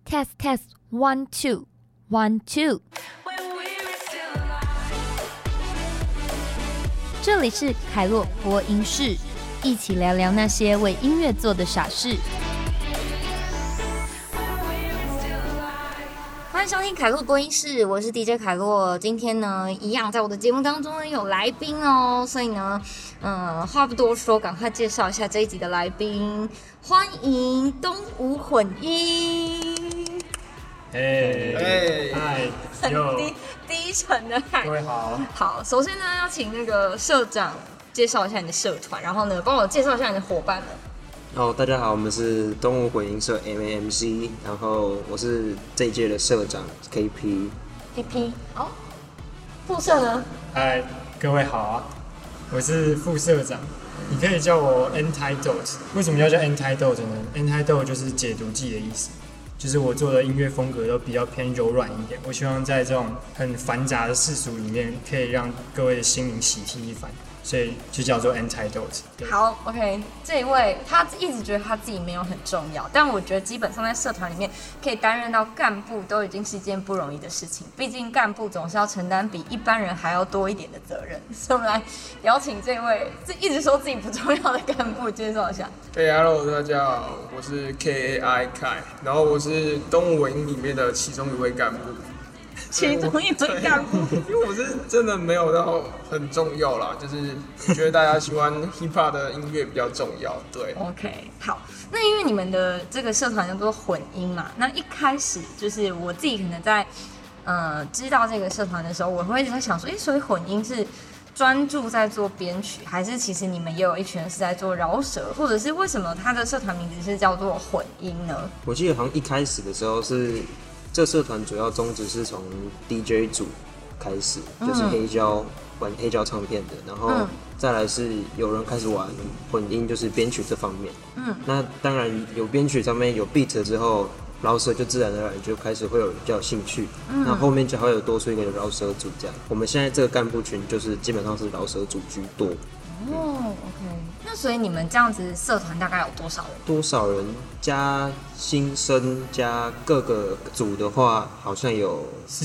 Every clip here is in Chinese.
Test test 1 2 1 2，这里是凯洛播音室，一起聊聊那些为音乐做的傻事。欢迎收听凯洛播音室，我是 DJ 凯洛。今天呢，一样在我的节目当中呢有来宾哦，所以呢，话不多说，赶快介绍一下这一集的来宾，欢迎东吴混音。 嗨， 很低沉的嗨， 各位好。 好，首先呢，要请那个社长介绍一下你的社团，然后呢，帮我介绍一下你的伙伴们。 大家好，我们是东吴混音社 MAMC， 然后我是这一届的社长 KP。 好，副社呢？ 嗨，各位好啊，我是副社长，你可以叫我 Entitled。为什么要叫 Entitled 呢 ？Entitled 就是解毒剂的意思。就是我做的音乐风格都比较偏柔软一点，我希望在这种很繁杂的世俗里面，可以让各位的心灵喜提一番，所以就叫做 Entitled。 好 ，OK， 这一位他一直觉得他自己没有很重要，但我觉得基本上在社团里面可以担任到干部，都已经是一件不容易的事情。毕竟干部总是要承担比一般人还要多一点的责任，所以我们来邀请这位一直说自己不重要的干部介绍一下。 Hello， 大家好，我是 KAI 凯，然后我是东吴混音里面的其中一位干部。 其中一位干部， 因为我是真的没有到很重要啦，就是我觉得大家喜欢 hip hop 的音乐比较重要，对。 OK， 好，那因为你们的这个社团叫做混音嘛，那一开始就是我自己可能在知道这个社团的时候，我会一直在想说，所以混音是专注在做编曲，还是其实你们也有一群人是在做饶舌，或者是为什么他的社团名字是叫做混音呢？ 我记得好像一开始的时候是这社团主要宗旨是从 DJ 组开始，就是玩黑胶唱片的，然后再来是有人开始玩混音，就是编曲这方面。那当然有编曲上面有 beat 之后，饶舌就自然而然就开始会有比较有兴趣。那后面就会有多出一个饶舌组这样。我们现在这个干部群就是基本上是饶舌组居多。 OK， 那所以你们这样子社团大概有多少人？ 多少人加新生加各个组的话，好像有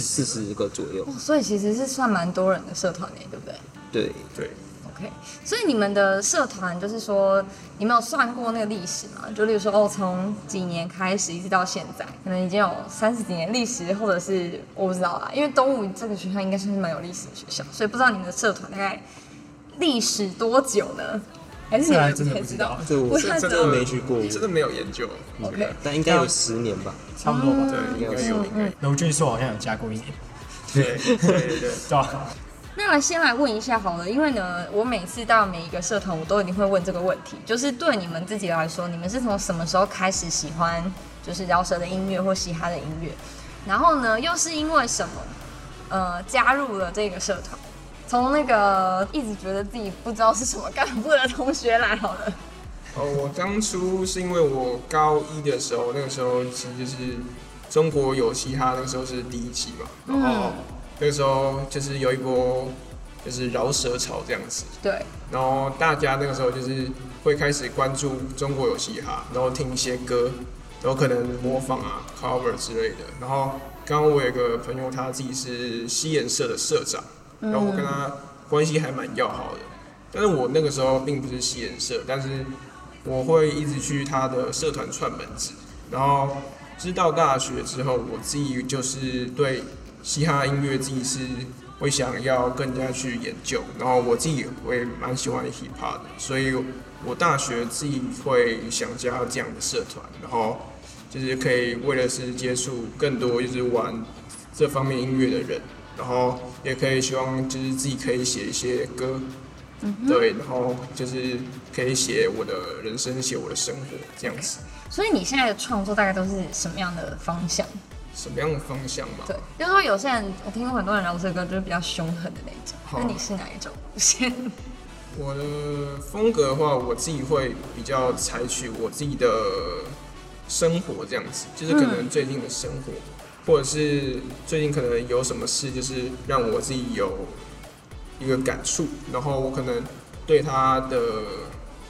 40个左右。 所以其实是算蛮多人的社团对不对？ 对。 OK， 所以你们的社团就是说，你们有算过那个历史吗？就例如说，从几年开始一直到现在，可能已经有30几年历史，或者是我不知道啦，因为东吴这个学校应该算是蛮有历史的学校，所以不知道你们的社团大概历史多久呢？还是你们真的不知道， 这我真的没去过， 真的没有研究。 OK， 但应该有10年吧， 差不多吧。 对，应该有。 娄俊硕好像有加过1年。 对。 对啊。 那先来问一下好了，因为呢，我每次到每一个社团，我都一定会问这个问题，就是对你们自己来说，你们是从什么时候开始喜欢就是饶舌的音乐或嘻哈的音乐？然后呢，又是因为什么加入了这个社团？从那个一直觉得自己不知道是什么干部的同学来好了。 我当初是因为我高1的时候，那个时候其实就是中国有嘻哈，那个时候是第1期嘛，然后那个时候就是有一波就是饶舌潮这样子， 对， 然后大家那个时候就是会开始关注中国有嘻哈，然后听一些歌，然后可能模仿啊 cover 之类的。然后刚刚我有一个朋友，他自己是西研社的社长，然后我跟他关系还蛮要好的，但是我那个时候并不是西研社，但是我会一直去他的社团串门子，然后知道大学之后，我自己就是对嘻哈音乐自己是会想要更加去研究，然后我自己会蛮喜欢 hip hop 的，所以我大学自己会想加这样的社团，然后就是可以为了是接触更多就是玩这方面音乐的人，然后也可以希望就是自己可以写一些歌，对，然后就是可以写我的人生，写我的生活这样子。 所以你现在的创作大概都是什么样的方向？ 什么样的方向嘛？ 对，就是说有些人，我听过很多人饶舌歌就是比较凶狠的那种，那你是哪一种路线？ 我的风格的话，我自己会比较采取我自己的生活这样子，就是可能最近的生活，或者是最近可能有什么事，就是让我自己有一个感触，然后我可能对他的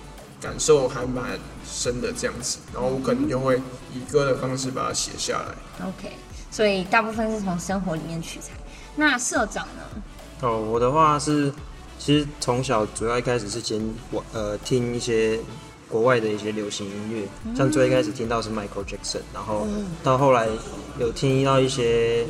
感受还蛮深的这样子，然后我可能就会以歌的方式把它写下来。 OK， 所以大部分是从生活里面取材。那社长呢？ 我的话是，其实从小主要一开始是先听一些国外的一些流行音乐，像最一开始听到是 Michael Jackson， 然后到后来有听到一些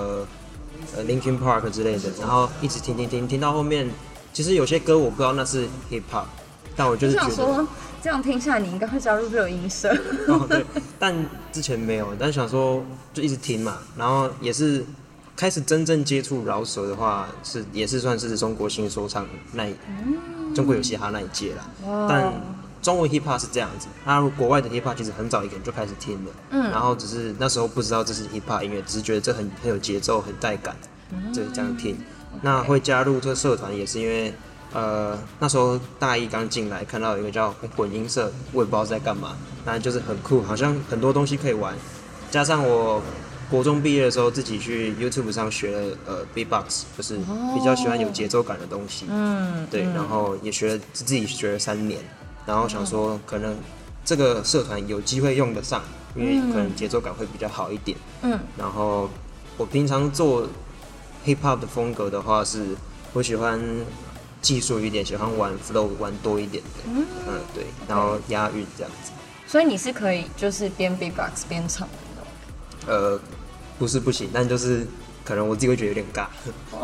Linkin Park 之类的，然后一直听到后面，其实有些歌我不知道那是 Hip Hop， 但我就是觉得说这样听下来，你应该会加入热音社。 对，但之前没有，但想说就一直听嘛，然后也是开始真正接触饶舌的话，也是算是中国新说唱中国有嘻哈那一届啦。但中文 hip hop 是这样子，国外的 hip hop 其实很早以前就开始听了，然后只是那时候不知道这是 hip hop 音乐，只是觉得这很有节奏，很带感，就这样听。那会加入这个社团也是因为，那时候大一刚进来，看到有一个叫混音社，我也不知道在干嘛，但就是很酷，好像很多东西可以玩。加上我国中毕业的时候，自己去 YouTube 上学了B-box， 就是比较喜欢有节奏感的东西，对，然后也自己学了3年。然后想说，可能这个社团有机会用得上，因为可能节奏感会比较好一点。然后我平常做 hip hop 的风格的话，是我喜欢技术一点，喜欢玩 flow 玩多一点的。对，然后押韵这样子。 所以你是可以就是边 beatbox 边唱的那种？ 不是不行，但就是可能我自己会觉得有点尬。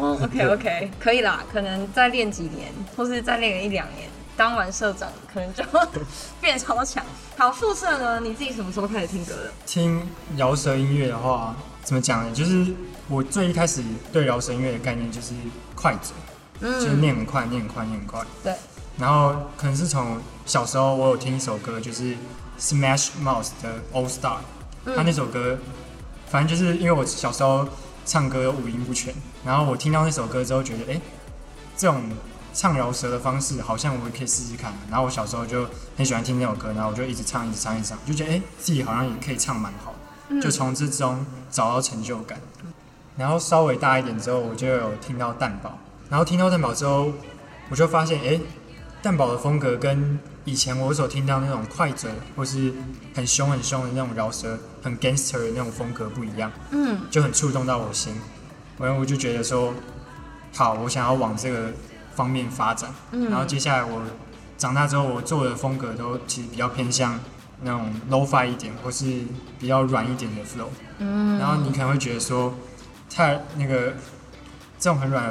OK， 可以啦，可能再练几年，或是再练个1-2年。当完社长可能就变超强。好，副社呢？你自己什么时候开始听歌的？ 听饶舌音乐的话，怎么讲呢？就是我最一开始对饶舌音乐的概念就是快嘴，就是念很快。 对。 然后可能是从小时候我有听一首歌，就是 Smash Mouth 的 All Star，他那首歌，反正就是因为我小时候唱歌五音不全，然后我听到那首歌之后觉得，这种唱饶舌的方式好像我也可以试试看，然后我小时候就很喜欢听那首歌，然后我就一直唱，就觉得自己好像也可以唱蛮好的，就从之中找到成就感。然后稍微大一点之后，我就有听到蛋堡，然后听到蛋堡之后，我就发现蛋堡的风格跟以前我所听到那种快嘴或是很凶的那种饶舌，很 gangster 的那种风格不一样，就很触动到我心。我就觉得说，好，我想要往这个方面发展，然后接下来我长大之后，我做的风格都其实比较偏向那种 low-fi 一点，或是比较软一点的 flow。然后你可能会觉得说，太那个这种很软的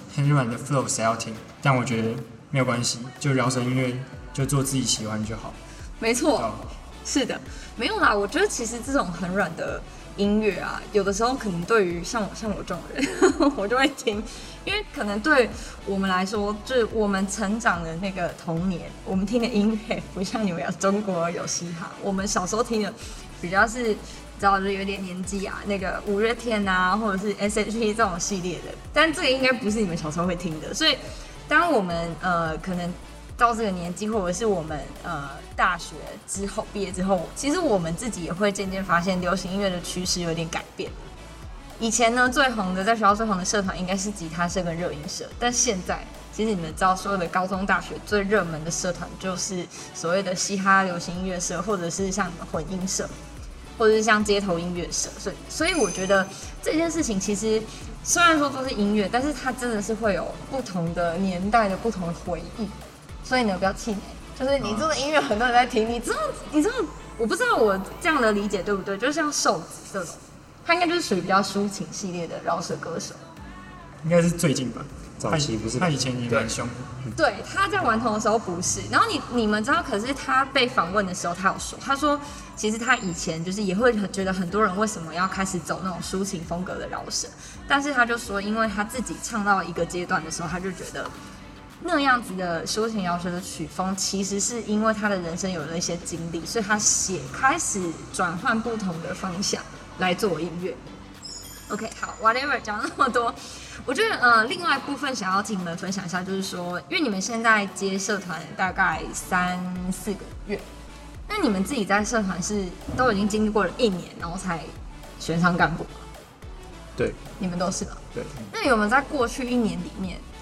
flow 谁要听？但我觉得没有关系，就饶舌音乐就做自己喜欢就好。 没错，是的，没有啦。我觉得其实这种很软的音乐啊，有的时候可能对于像我这种人，我就会听，因为可能对我们来说，就是我们成长的那个童年，我们听的音乐不像你们有中国有嘻哈，我们小时候听的比较是，你知道，就有点年纪啊，那个五月天啊，或者是 S.H.E 这种系列的，但这个应该不是你们小时候会听的，所以当我们可能到这个年纪，或者是我们大学之后毕业之后，其实我们自己也会渐渐发现流行音乐的趋势有点改变。以前呢，最红的在学校最红的社团应该是吉他社跟热音社，但现在其实你们知道，所有的高中大学最热门的社团就是所谓的嘻哈流行音乐社，或者是像你们混音社，或者是像街头音乐社。所以我觉得这件事情其实虽然说都是音乐，但是它真的是会有不同的年代的不同的回忆。所以呢，不要气馁，就是你做的音乐很多人在听，你知道，我不知道我这样的理解对不对？就像瘦子这种，他应该就是属于比较抒情系列的饶舌歌手。 应该是最近吧， 早期不是， 他以前也蛮凶的。 对，他在顽童的时候不是。然后你们知道，可是他被访问的时候，他说，其实他以前就是也会觉得很多人为什么要开始走那种抒情风格的饶舌，但是他就说，因为他自己唱到一个阶段的时候，他就觉得那样子的抒情饶舌的曲风，其实是因为他的人生有了一些经历，所以他开始转换不同的方向来做音乐。OK， 好 ，whatever， 讲那么多，我觉得另外一部分想要请你们分享一下，就是说，因为你们现在接社团大概3-4个月，那你们自己在社团是都已经经历过了1年，然后才选上干部吗？ 对， 你们都是吗？ 对。 那有没有在过去1年里面，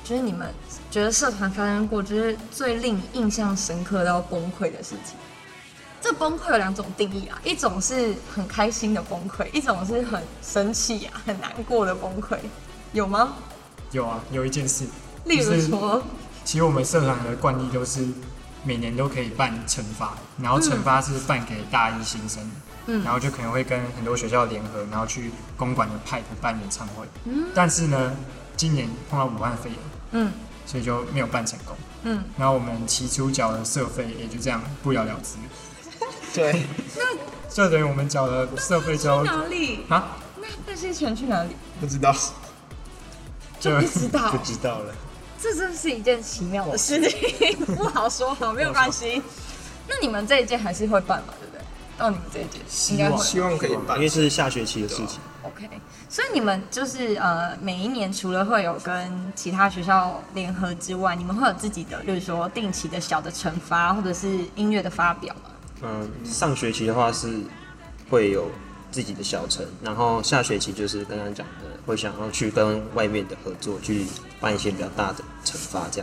就是你们觉得社团发生过就是最令你印象深刻到崩溃的事情？这崩溃有2种定义啊，一种是很开心的崩溃，一种是很生气啊、很难过的崩溃，有吗？ 有啊，有一件事， 例如说， 其实我们社团的惯例都是每年都可以办惩罚，然后惩罚是办给大一新生，然后就可能会跟很多学校联合，然后去公馆的 Pipe 办演唱会，但是呢，今年碰到武汉肺炎，所以就没有办成功，然后我们起初缴的社费也就这样不了了之。 对， 就等于我们缴了社费之后， 哪里啊？ 那些钱去哪里？ 不知道， 就不知道， 不知道了。 这真是一件奇妙的事情，不好说，好，没有关系。那你们这一届还是会办嘛？对不对？到你们这一届应该会， 希望可以办， 因为是下学期的事情。 OK， 所以你们就是每一年除了会有跟其他学校联合之外，你们会有自己的，例如说定期的小的惩罚，或者是音乐的发表吗？ 上学期的话是会有自己的小程，然后下学期就是刚刚讲的，会想要去跟外面的合作，去办一些比较大的惩罚这样。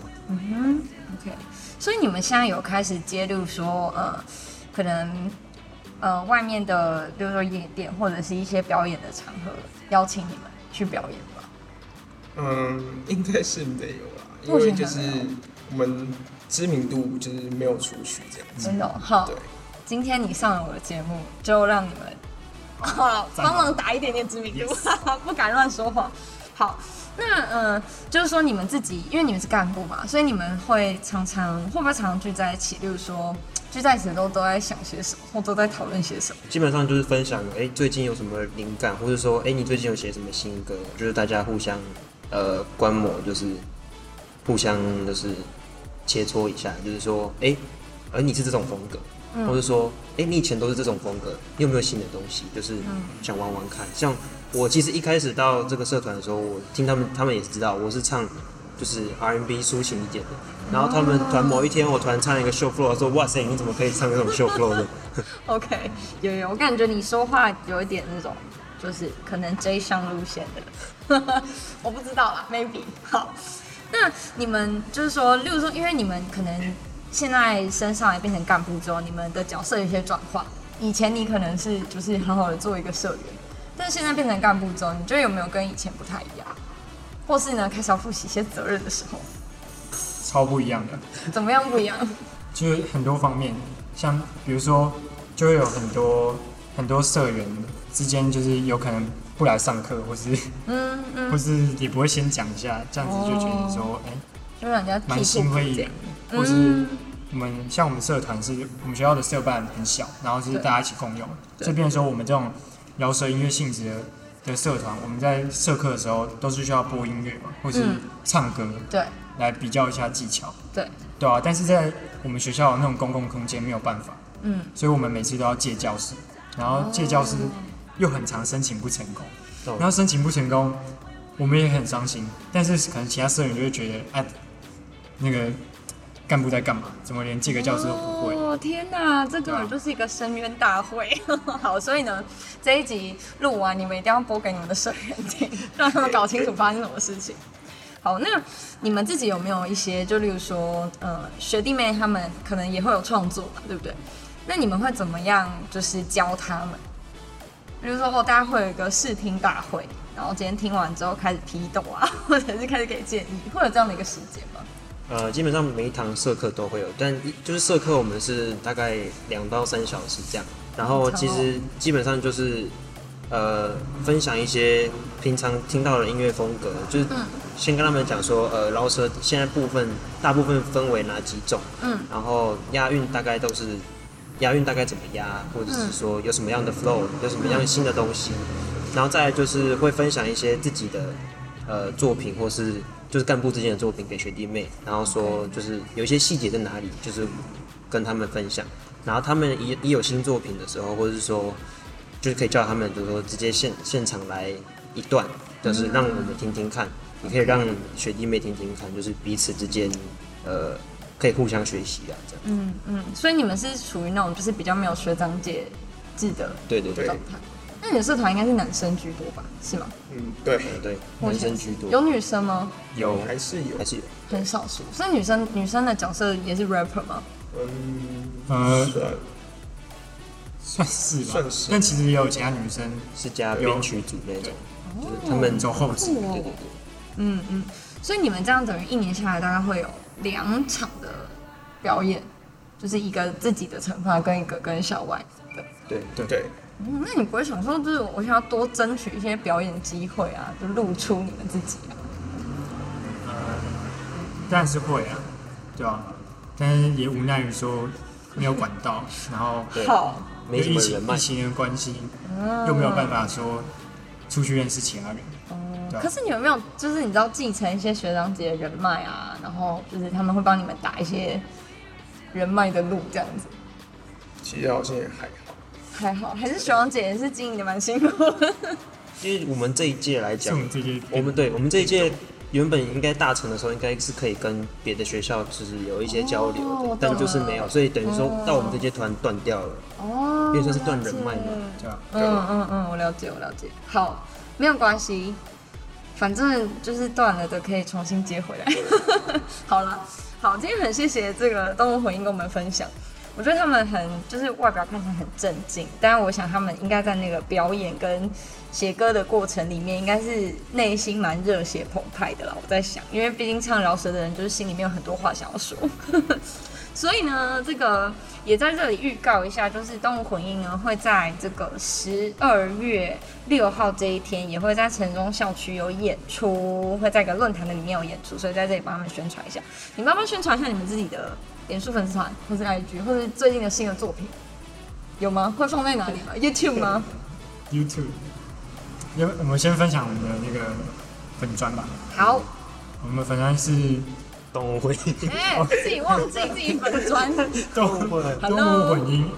OK， 所以你们现在有开始揭露说，可能外面的，比如说夜店或者是一些表演的场合，邀请你们去表演吧？ 应该是没有啦，因为就是我们知名度就是没有出去这样子。 真的好。 对， 今天你上了我的节目，就让你们帮忙打一点点知名度，不敢乱说话。好，那就是说你们自己，因为你们是干部嘛，所以你们会不会常常聚在一起？例如说聚在一起的时候都在想些什么，或都在讨论些什么？ 基本上就是分享，最近有什么灵感，或者说，你最近有写什么新歌，就是大家互相观摩，就是互相就是切磋一下，就是说，你是这种风格，或者说，你以前都是这种风格，你有没有新的东西？就是想玩玩看。像我其实一开始到这个社团的时候，我听他们也知道我是唱就是 R&B 抒情一点的。然后他们某一天我突然唱一个 show flow， 说哇塞，你怎么可以唱这种 show flow 的 ？OK， 有，我感觉你说话有一点那种，就是可能 J 上路线的，我不知道啦 ，maybe。好，那你们就是说，例如说，因为你们可能现在升上来变成干部之后，你们的角色有一些转换。以前你可能是就是好好的做一个社员，但是现在变成干部之后，你觉得有没有跟以前不太一样？或是呢，开始要负起一些责任的时候？ 超不一样的。 怎么样不一样？就是很多方面，像比如说，就会有很多社员之间，就是有可能不来上课，或是也不会先讲一下，这样子就觉得说， 就让人家蛮心灰意冷的。或是我们社团是我们学校的社办很小，然后是大家一起共用，所以变成说我们这种饶舌音乐性质的社团，我们在社课的时候都是需要播音乐嘛，或是唱歌， 对。 来比较一下技巧， 对啊，但是在我们学校的那种公共空间没有办法，所以我们每次都要借教室，然后借教室又很常申请不成功，然后申请不成功，我们也很伤心，但是可能其他社员就会觉得，那个干部在干嘛？怎么连借个教室都不会？ 哦天哪，这根本就是一个申冤大会。好，所以呢，这一集录完，你们一定要播给你们的社员听，让他们搞清楚发生什么事情。好，那你们自己有没有一些，就例如说，学弟妹他们可能也会有创作嘛，对不对？那你们会怎么样，就是教他们？比如说，大家会有一个试听大会，然后今天听完之后开始批斗啊，或者是开始给建议，会有这样的一个时间吗？ 基本上每一堂社课都会有，但就是社课我们是大概2到3小时这样，然后其实基本上就是分享一些平常听到的音乐风格，就是先跟他们讲说，饶舌现在大部分分为哪几种，然后押韵大概怎么押，或者是说有什么样的 flow， 有什么样新的东西，然后再来就是会分享一些自己的作品，或是就是干部之间的作品给学弟妹，然后说就是有一些细节在哪里，就是跟他们分享，然后他们一有新作品的时候，或者是说就是可以叫他们，就是说直接现场来一段，就是让我们听听看，也可以让学弟妹听听看，就是彼此之间可以互相学习啊，这样。 所以你们是属于那种就是比较没有学长姐制的对状态。 那你的社团应该是男生居多吧？是吗？ 对， 对，男生居多。 有女生吗？ 有， 还是有， 很少数。所以女生的角色也是 rapper 吗？ 算是吧， 算是。 但其实也有其他女生是加编曲组那种，就是他们们走后置。 对。 所以你们这样等于1年下来大概会有2场的表演，就是一个自己的惩罚跟一个跟小外的。 对。 那你不会想说，就是我想要多争取一些表演机会啊，就露出你们自己啊？ 当然是会啊，对啊，但是也无奈于说没有管道，然后好， 没什么人脉， 疫情的关系，又没有办法说出去认识其他人。 可是你有没有就是你知道继承一些学长姐的人脉啊，然后就是他们会帮你们打一些人脉的路这样子？ 其实好像也还好， 还是学长姐也是经营的蛮辛苦的。 因为我们这一届来讲， 我们这一届原本应该大成的时候，应该是可以跟别的学校就是有一些交流的，但就是没有，所以等于说到我们这届团断掉了。因为这是断人脉嘛， 对吧？ 我了解。好，没有关系，反正就是断了的可以重新接回来。好了，今天很谢谢这个动物混音跟我们分享。我觉得他们就是外表看起来很正经，但是我想他们应该在那个表演跟写歌的过程里面，应该是内心蛮热血澎湃的啦。我在想，因为毕竟唱饶舌的人就是心里面有很多话想要说。所以呢，这个也在这里预告一下，就是动物混音呢会在这个12月6号这一天，也会在城中校区有演出，会在一个论坛的里面有演出，所以在这里帮他们宣传一下。你们要不要宣传一下你们自己的脸书粉丝团，或是 IG， 或是最近的新的作品？有吗？会放在哪里吗？YouTube 吗 ？YouTube。我们先分享我们的那个粉专吧。 好， 我们粉专是动物混音， 自己忘记自己粉专。 动物混音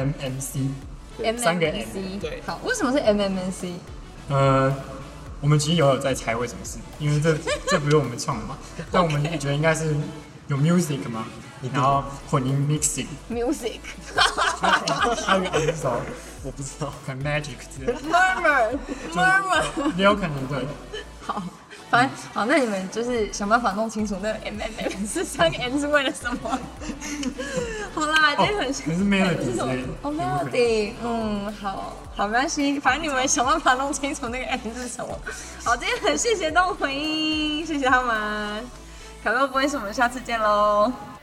MMMC， 3个 M。 对。 好，为什么是 MMMC？ 我们其实有在猜为什么是，因为这不是我们创的嘛，但我们觉得应该是有 music 嘛，然后混音 mixing。还有一个 M 手，我不知道，可能 magic 之类的。murmur， 也有可能对。 好。反正好，那你们就是想办法弄清楚那个 MMM 是3个 M 是为了什么？好啦，今天很可是 melody 之类的。 melody， 好，没关系，反正你们想办法弄清楚那个 M 是什么。好，今天很谢谢动物混音，谢谢他们。凯乐不会是我们下次见喽。